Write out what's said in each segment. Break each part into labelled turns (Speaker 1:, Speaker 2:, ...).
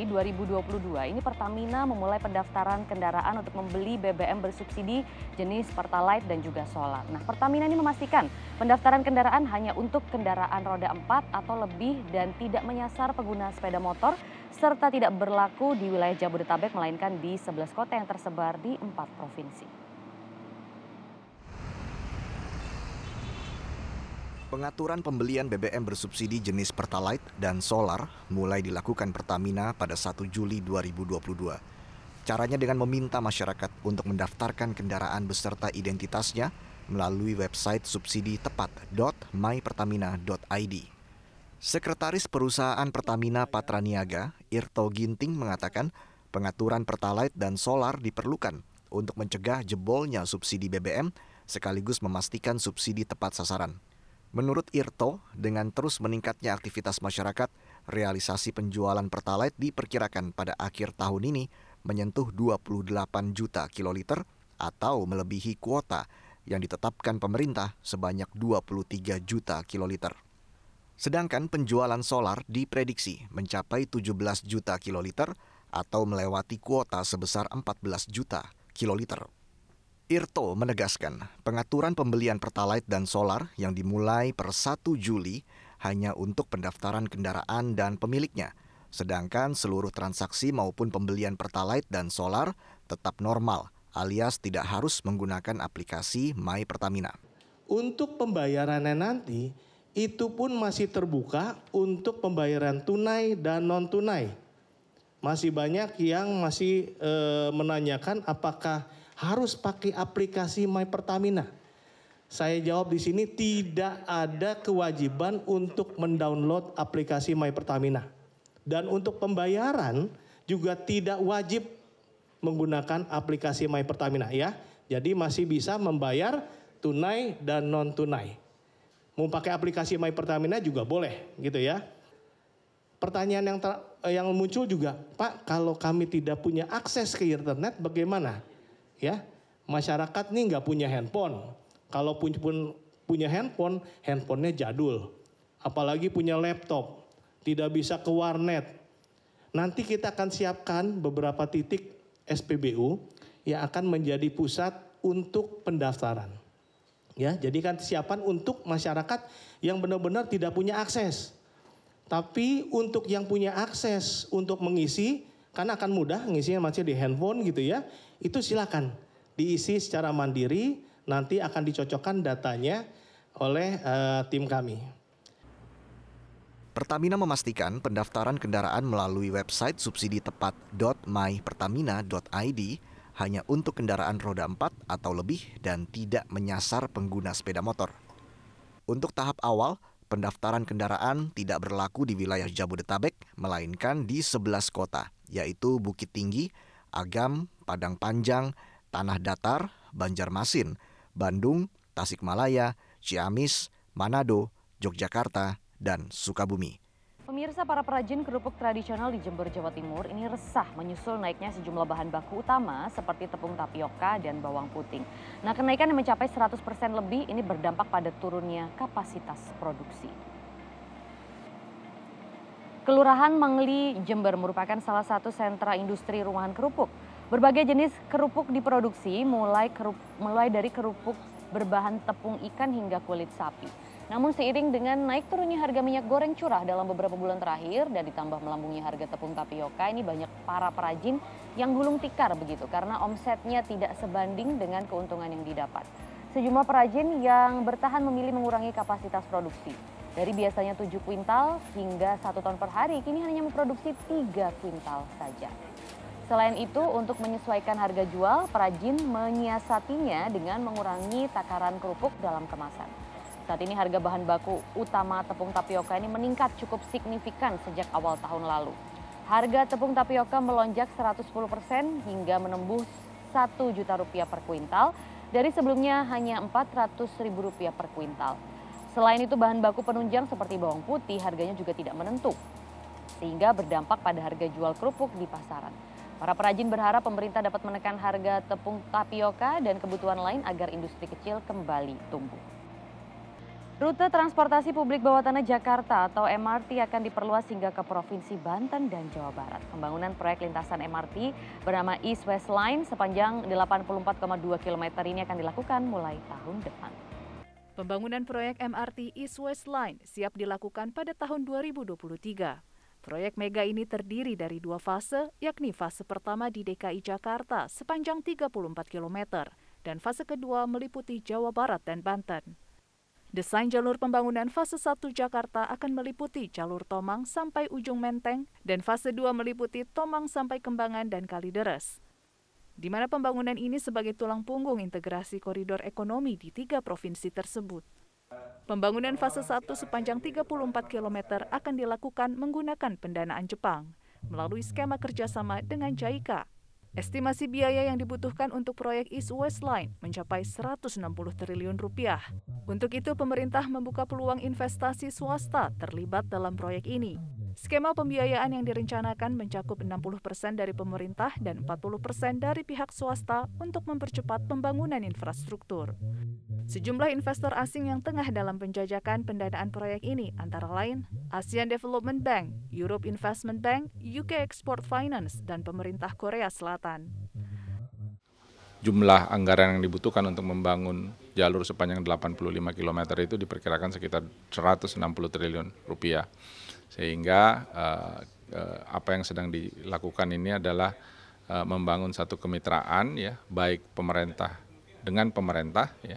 Speaker 1: Juli 2022 ini Pertamina memulai pendaftaran kendaraan untuk membeli BBM bersubsidi jenis Pertalite dan juga solar. Nah, Pertamina ini memastikan pendaftaran kendaraan hanya untuk kendaraan roda 4 atau lebih dan tidak menyasar pengguna sepeda motor serta tidak berlaku di wilayah Jabodetabek melainkan di 11 kota yang tersebar di 4 provinsi.
Speaker 2: Pengaturan pembelian BBM bersubsidi jenis Pertalite dan solar mulai dilakukan Pertamina pada 1 Juli 2022. Caranya dengan meminta masyarakat untuk mendaftarkan kendaraan beserta identitasnya melalui website subsiditepat.mypertamina.id. Sekretaris Perusahaan Pertamina Patraniaga, Irto Ginting mengatakan pengaturan Pertalite dan solar diperlukan untuk mencegah jebolnya subsidi BBM sekaligus memastikan subsidi tepat sasaran. Menurut Irto, dengan terus meningkatnya aktivitas masyarakat, realisasi penjualan Pertalite diperkirakan pada akhir tahun ini menyentuh 28 juta kiloliter atau melebihi kuota yang ditetapkan pemerintah sebanyak 23 juta kiloliter. Sedangkan penjualan solar diprediksi mencapai 17 juta kiloliter atau melewati kuota sebesar 14 juta kiloliter. Irto menegaskan pengaturan pembelian Pertalite dan solar yang dimulai per 1 Juli hanya untuk pendaftaran kendaraan dan pemiliknya, sedangkan seluruh transaksi maupun pembelian Pertalite dan solar tetap normal alias tidak harus menggunakan aplikasi My Pertamina.
Speaker 3: Untuk pembayarannya nanti itu pun masih terbuka untuk pembayaran tunai dan non-tunai. Masih banyak yang masih menanyakan apakah harus pakai aplikasi My Pertamina. Saya jawab di sini tidak ada kewajiban untuk mendownload aplikasi My Pertamina. Dan untuk pembayaran juga tidak wajib menggunakan aplikasi My Pertamina ya. Jadi masih bisa membayar tunai dan non tunai. Mau pakai aplikasi My Pertamina juga boleh gitu ya. Pertanyaan yang muncul juga, Pak, kalau kami tidak punya akses ke internet bagaimana? Ya, masyarakat nih nggak punya handphone. Kalau pun punya handphone, handphonenya jadul. Apalagi punya laptop, tidak bisa ke warnet. Nanti kita akan siapkan beberapa titik SPBU yang akan menjadi pusat untuk pendaftaran. Ya, jadi kan siapan untuk masyarakat yang benar-benar tidak punya akses. Tapi untuk yang punya akses untuk mengisi, karena akan mudah ngisinya masih di handphone gitu ya, itu silakan diisi secara mandiri, nanti akan dicocokkan datanya oleh tim kami.
Speaker 2: Pertamina memastikan pendaftaran kendaraan melalui website subsiditepat.mypertamina.id hanya untuk kendaraan roda 4 atau lebih dan tidak menyasar pengguna sepeda motor. Untuk tahap awal, pendaftaran kendaraan tidak berlaku di wilayah Jabodetabek, melainkan di 11 kota, yaitu Bukit Tinggi, Agam, Padang Panjang, Tanah Datar, Banjarmasin, Bandung, Tasikmalaya, Ciamis, Manado, Yogyakarta, dan Sukabumi.
Speaker 1: Pemirsa, para perajin kerupuk tradisional di Jember, Jawa Timur ini resah menyusul naiknya sejumlah bahan baku utama seperti tepung tapioka dan bawang puting. Nah, kenaikan yang mencapai 100% lebih ini berdampak pada turunnya kapasitas produksi. Kelurahan Mangli, Jember merupakan salah satu sentra industri rumahan kerupuk. Berbagai jenis kerupuk diproduksi mulai dari kerupuk berbahan tepung ikan hingga kulit sapi. Namun seiring dengan naik turunnya harga minyak goreng curah dalam beberapa bulan terakhir dan ditambah melambungnya harga tepung tapioka, ini banyak para perajin yang gulung tikar begitu karena omsetnya tidak sebanding dengan keuntungan yang didapat. Sejumlah perajin yang bertahan memilih mengurangi kapasitas produksi. Dari biasanya 7 kuintal hingga 1 ton per hari, kini hanya memproduksi 3 kuintal saja. Selain itu, untuk menyesuaikan harga jual, perajin menyiasatinya dengan mengurangi takaran kerupuk dalam kemasan. Saat ini harga bahan baku utama tepung tapioka ini meningkat cukup signifikan sejak awal tahun lalu. Harga tepung tapioka melonjak 110% hingga menembus Rp1 juta per kuintal dari sebelumnya hanya Rp400.000 per kuintal. Selain itu bahan baku penunjang seperti bawang putih harganya juga tidak menentu, sehingga berdampak pada harga jual kerupuk di pasaran. Para perajin berharap pemerintah dapat menekan harga tepung tapioka dan kebutuhan lain agar industri kecil kembali tumbuh. Rute transportasi publik bawah tanah Jakarta atau MRT akan diperluas hingga ke Provinsi Banten dan Jawa Barat. Pembangunan proyek lintasan MRT bernama East West Line sepanjang 84,2 km ini akan dilakukan mulai tahun depan.
Speaker 4: Pembangunan proyek MRT East West Line siap dilakukan pada tahun 2023. Proyek mega ini terdiri dari 2 fase, yakni fase pertama di DKI Jakarta sepanjang 34 km dan fase kedua meliputi Jawa Barat dan Banten. Desain jalur pembangunan fase 1 Jakarta akan meliputi jalur Tomang sampai Ujung Menteng dan fase 2 meliputi Tomang sampai Kembangan dan Kalideres. Di mana pembangunan ini sebagai tulang punggung integrasi koridor ekonomi di 3 provinsi tersebut. Pembangunan fase 1 sepanjang 34 km akan dilakukan menggunakan pendanaan Jepang melalui skema kerjasama dengan JICA. Estimasi biaya yang dibutuhkan untuk proyek East West Line mencapai 160 triliun rupiah. Untuk itu, pemerintah membuka peluang investasi swasta terlibat dalam proyek ini. Skema pembiayaan yang direncanakan mencakup 60% dari pemerintah dan 40% dari pihak swasta untuk mempercepat pembangunan infrastruktur. Sejumlah investor asing yang tengah dalam penjajakan pendanaan proyek ini antara lain Asian Development Bank, Europe Investment Bank, UK Export Finance, dan pemerintah Korea Selatan.
Speaker 5: Jumlah anggaran yang dibutuhkan untuk membangun jalur sepanjang 85 km itu diperkirakan sekitar 160 triliun rupiah. Sehingga apa yang sedang dilakukan ini adalah membangun satu kemitraan ya, baik pemerintah dengan pemerintah ya,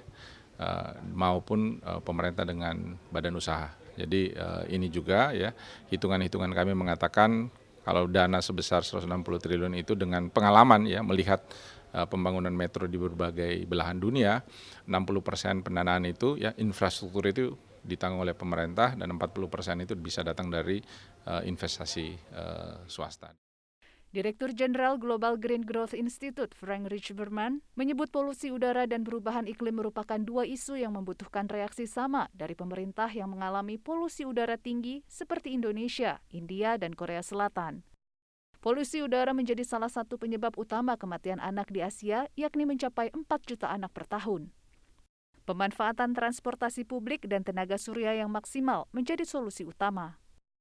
Speaker 5: maupun pemerintah dengan badan usaha. Jadi ini juga ya, hitungan-hitungan kami mengatakan kalau dana sebesar 160 triliun itu dengan pengalaman ya melihat pembangunan metro di berbagai belahan dunia, 60% pendanaan itu ya infrastruktur itu ditanggung oleh pemerintah dan 40% itu bisa datang dari investasi swasta.
Speaker 4: Direktur Jenderal Global Green Growth Institute, Frank Richberman, menyebut polusi udara dan perubahan iklim merupakan 2 isu yang membutuhkan reaksi sama dari pemerintah yang mengalami polusi udara tinggi seperti Indonesia, India, dan Korea Selatan. Polusi udara menjadi salah satu penyebab utama kematian anak di Asia, yakni mencapai 4 juta anak per tahun. Pemanfaatan transportasi publik dan tenaga surya yang maksimal menjadi solusi utama.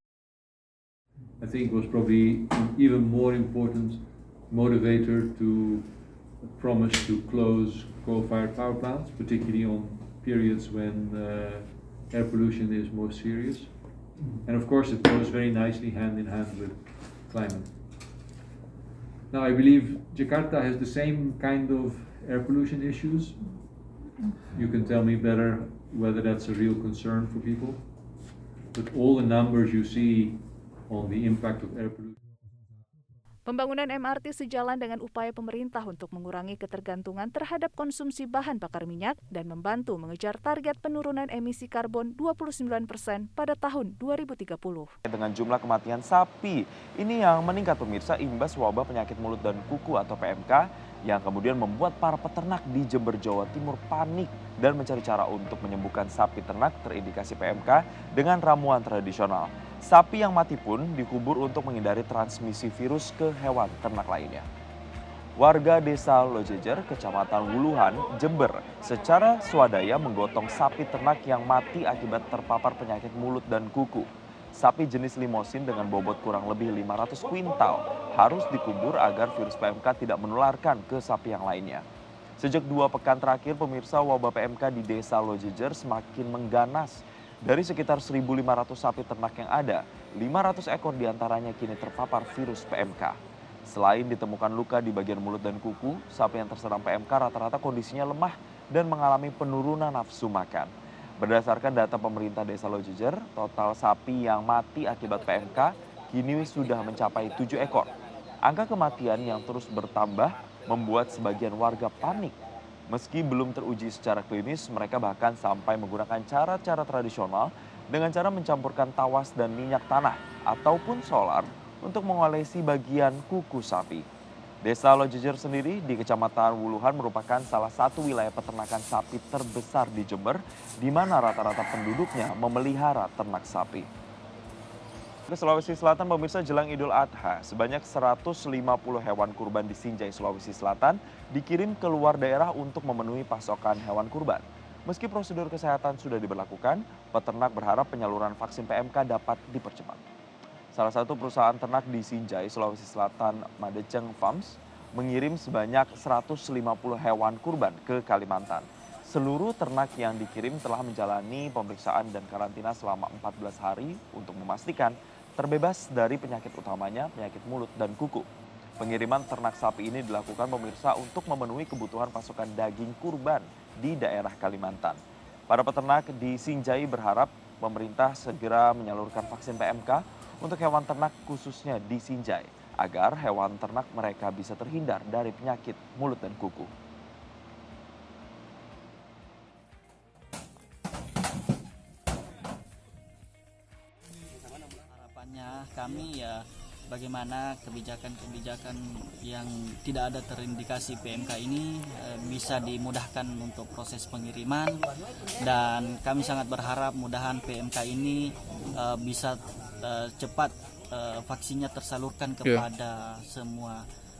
Speaker 6: I think was probably an even more important motivator to promise to close coal-fired power plants, particularly on periods when air pollution is more serious. And of course it goes very nicely hand in hand with climate. Now I believe Jakarta has the same kind of air pollution issues. You can tell me better whether that's a real concern for people. But all the numbers you see on the impact of air pollution.
Speaker 4: Pembangunan MRT sejalan dengan upaya pemerintah untuk mengurangi ketergantungan terhadap konsumsi bahan bakar minyak dan membantu mengejar target penurunan emisi karbon 29% pada tahun 2030.
Speaker 7: Dengan jumlah kematian sapi ini yang meningkat pemirsa imbas wabah penyakit mulut dan kuku atau PMK yang kemudian membuat para peternak di Jember, Jawa Timur panik dan mencari cara untuk menyembuhkan sapi ternak terindikasi PMK dengan ramuan tradisional. Sapi yang mati pun dikubur untuk menghindari transmisi virus ke hewan ternak lainnya. Warga desa Lojejer, Kecamatan Wuluhan, Jember, secara swadaya menggotong sapi ternak yang mati akibat terpapar penyakit mulut dan kuku. Sapi jenis limosin dengan bobot kurang lebih 500 kuintal harus dikubur agar virus PMK tidak menularkan ke sapi yang lainnya. Sejak 2 pekan terakhir, pemirsa, wabah PMK di desa Lojejer semakin mengganas. Dari sekitar 1.500 sapi ternak yang ada, 500 ekor diantaranya kini terpapar virus PMK. Selain ditemukan luka di bagian mulut dan kuku, sapi yang terserang PMK rata-rata kondisinya lemah dan mengalami penurunan nafsu makan. Berdasarkan data pemerintah desa Lojejer, total sapi yang mati akibat PMK kini sudah mencapai 7 ekor. Angka kematian yang terus bertambah membuat sebagian warga panik. Meski belum teruji secara klinis, mereka bahkan sampai menggunakan cara-cara tradisional dengan cara mencampurkan tawas dan minyak tanah ataupun solar untuk mengolesi bagian kuku sapi. Desa Lojejer sendiri di Kecamatan Wuluhan merupakan salah satu wilayah peternakan sapi terbesar di Jember, di mana rata-rata penduduknya memelihara ternak sapi. Ke Sulawesi Selatan, pemirsa, jelang Idul Adha, sebanyak 150 hewan kurban di Sinjai, Sulawesi Selatan dikirim ke luar daerah untuk memenuhi pasokan hewan kurban. Meski prosedur kesehatan sudah diberlakukan, peternak berharap penyaluran vaksin PMK dapat dipercepat. Salah satu perusahaan ternak di Sinjai, Sulawesi Selatan, Madeceng Farms, mengirim sebanyak 150 hewan kurban ke Kalimantan. Seluruh ternak yang dikirim telah menjalani pemeriksaan dan karantina selama 14 hari untuk memastikan terbebas dari penyakit utamanya, penyakit mulut dan kuku. Pengiriman ternak sapi ini dilakukan pemirsa untuk memenuhi kebutuhan pasokan daging kurban di daerah Kalimantan. Para peternak di Sinjai berharap pemerintah segera menyalurkan vaksin PMK untuk hewan ternak khususnya di Sinjai, agar hewan ternak mereka bisa terhindar dari penyakit mulut dan kuku.
Speaker 8: Harapannya kami ya bagaimana kebijakan-kebijakan yang tidak ada terindikasi PMK ini bisa dimudahkan untuk proses pengiriman, dan kami sangat berharap mudahan PMK ini bisa cepat vaksinnya tersalurkan kepada semua